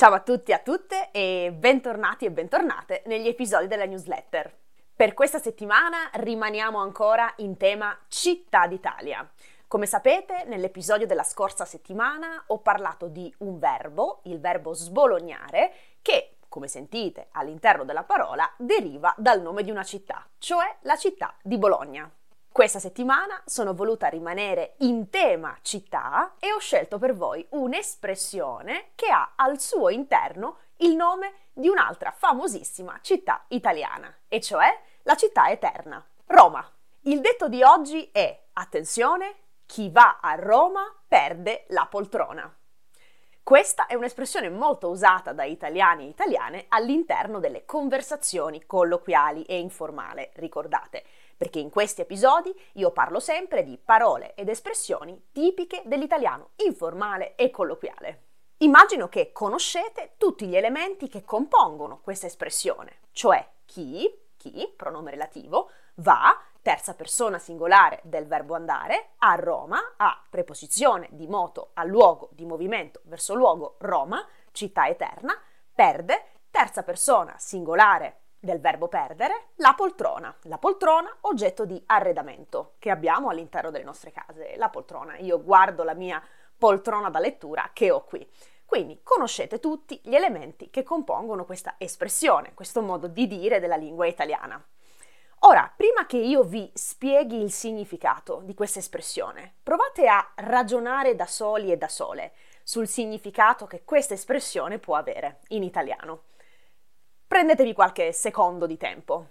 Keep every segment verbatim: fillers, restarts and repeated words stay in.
Ciao a tutti e a tutte e bentornati e bentornate negli episodi della newsletter. Per questa settimana rimaniamo ancora in tema Città d'Italia. Come sapete, nell'episodio della scorsa settimana ho parlato di un verbo, il verbo sbolognare, che, come sentite all'interno della parola, deriva dal nome di una città, cioè la città di Bologna. Questa settimana sono voluta rimanere in tema città e ho scelto per voi un'espressione che ha al suo interno il nome di un'altra famosissima città italiana, e cioè la città eterna, Roma. Il detto di oggi è, attenzione, chi va a Roma perde la poltrona. Questa è un'espressione molto usata da italiani e italiane all'interno delle conversazioni colloquiali e informali, ricordate, perché in questi episodi io parlo sempre di parole ed espressioni tipiche dell'italiano informale e colloquiale. Immagino che conoscete tutti gli elementi che compongono questa espressione, cioè chi, chi, pronome relativo, va, terza persona singolare del verbo andare, a Roma, a preposizione di moto al luogo di movimento verso luogo Roma, città eterna, perde, terza persona singolare del verbo perdere, la poltrona. La poltrona, oggetto di arredamento che abbiamo all'interno delle nostre case. La poltrona, io guardo la mia poltrona da lettura che ho qui. Quindi conoscete tutti gli elementi che compongono questa espressione, questo modo di dire della lingua italiana. Ora, prima che io vi spieghi il significato di questa espressione, provate a ragionare da soli e da sole sul significato che questa espressione può avere in italiano. Prendetevi qualche secondo di tempo.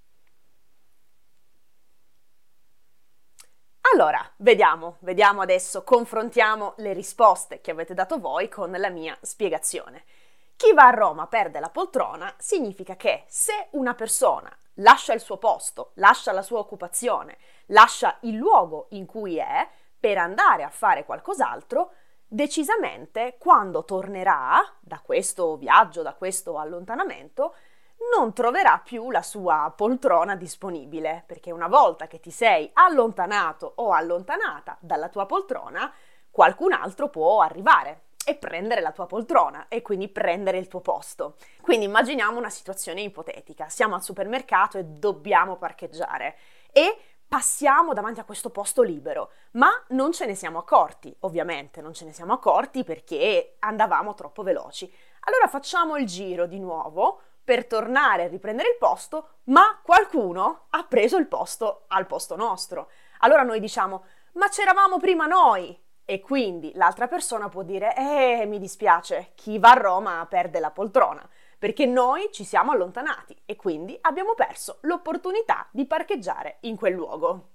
Allora, vediamo, vediamo adesso, confrontiamo le risposte che avete dato voi con la mia spiegazione. Chi va a Roma perde la poltrona significa che se una persona lascia il suo posto, lascia la sua occupazione, lascia il luogo in cui è per andare a fare qualcos'altro, decisamente quando tornerà da questo viaggio, da questo allontanamento, non troverà più la sua poltrona disponibile, perché una volta che ti sei allontanato o allontanata dalla tua poltrona, qualcun altro può arrivare e prendere la tua poltrona e quindi prendere il tuo posto. Quindi immaginiamo una situazione ipotetica, siamo al supermercato e dobbiamo parcheggiare e passiamo davanti a questo posto libero, ma non ce ne siamo accorti, ovviamente non ce ne siamo accorti perché andavamo troppo veloci. Allora facciamo il giro di nuovo per tornare a riprendere il posto, ma qualcuno ha preso il posto al posto nostro. Allora noi diciamo, ma c'eravamo prima noi! E quindi l'altra persona può dire, eh, mi dispiace, chi va a Roma perde la poltrona, perché noi ci siamo allontanati e quindi abbiamo perso l'opportunità di parcheggiare in quel luogo.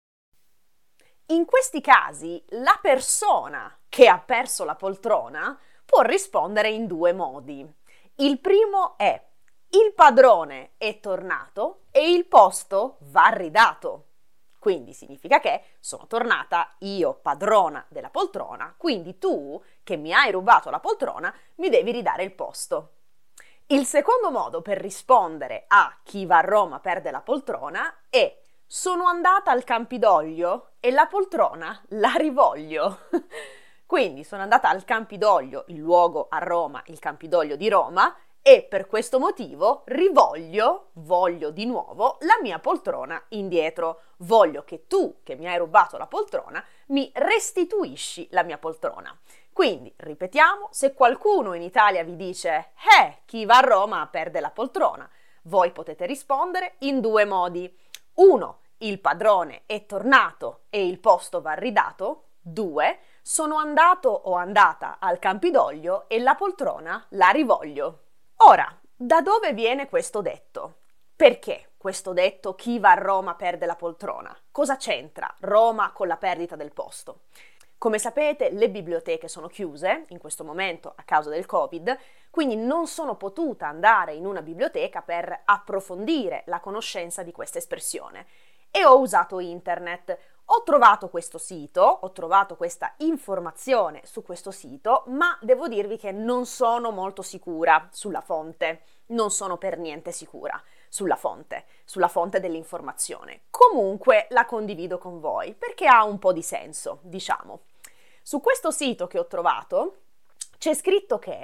In questi casi la persona che ha perso la poltrona può rispondere in due modi. Il primo è il padrone è tornato e il posto va ridato. Quindi significa che sono tornata io padrona della poltrona, quindi tu che mi hai rubato la poltrona mi devi ridare il posto. Il secondo modo per rispondere a chi va a Roma perde la poltrona è sono andata al Campidoglio e la poltrona la rivoglio. Quindi sono andata al Campidoglio, il luogo a Roma, il Campidoglio di Roma, e per questo motivo rivoglio, voglio di nuovo, la mia poltrona indietro. Voglio che tu, che mi hai rubato la poltrona, mi restituisci la mia poltrona. Quindi, ripetiamo, se qualcuno in Italia vi dice «Eh, chi va a Roma perde la poltrona», voi potete rispondere in due modi. Uno, il padrone è tornato e il posto va ridato. Due, sono andato o andata al Campidoglio e la poltrona la rivoglio. Ora, da dove viene questo detto? Perché questo detto chi va a Roma perde la poltrona? Cosa c'entra Roma con la perdita del posto? Come sapete, le biblioteche sono chiuse in questo momento a causa del Covid, quindi non sono potuta andare in una biblioteca per approfondire la conoscenza di questa espressione e ho usato internet. Ho trovato questo sito, ho trovato questa informazione su questo sito, ma devo dirvi che non sono molto sicura sulla fonte, non sono per niente sicura sulla fonte, sulla fonte dell'informazione. Comunque la condivido con voi perché ha un po' di senso, diciamo. Su questo sito che ho trovato c'è scritto che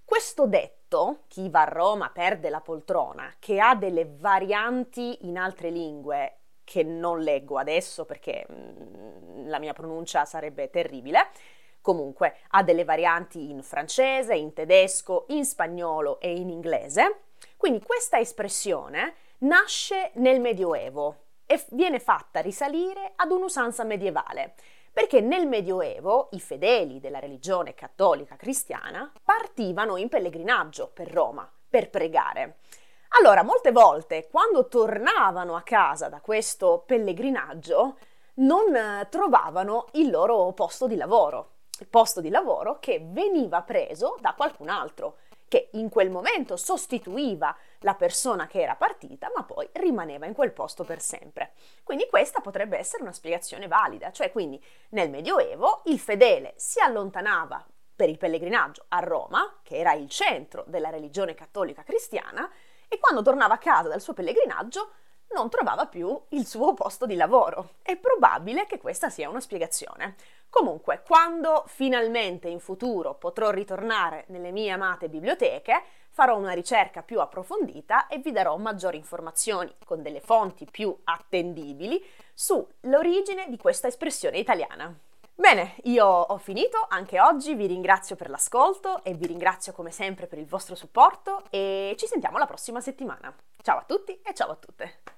Questo detto, chi va a Roma perde la poltrona, che ha delle varianti in altre lingue che non leggo adesso perché mm, la mia pronuncia sarebbe terribile, comunque ha delle varianti in francese, in tedesco, in spagnolo e in inglese. Quindi questa espressione nasce nel Medioevo e viene fatta risalire ad un'usanza medievale, perché nel Medioevo i fedeli della religione cattolica cristiana partivano in pellegrinaggio per Roma per pregare. Allora, molte volte, quando tornavano a casa da questo pellegrinaggio, non eh, trovavano il loro posto di lavoro, il posto di lavoro che veniva preso da qualcun altro, che in quel momento sostituiva la persona che era partita, ma poi rimaneva in quel posto per sempre. Quindi questa potrebbe essere una spiegazione valida, cioè quindi nel Medioevo il fedele si allontanava per il pellegrinaggio a Roma, che era il centro della religione cattolica cristiana, e quando tornava a casa dal suo pellegrinaggio non trovava più il suo posto di lavoro. È probabile che questa sia una spiegazione. Comunque, quando finalmente in futuro potrò ritornare nelle mie amate biblioteche, farò una ricerca più approfondita e vi darò maggiori informazioni con delle fonti più attendibili sull'origine di questa espressione italiana. Bene, io ho finito anche oggi, vi ringrazio per l'ascolto e vi ringrazio come sempre per il vostro supporto e ci sentiamo la prossima settimana. Ciao a tutti e ciao a tutte!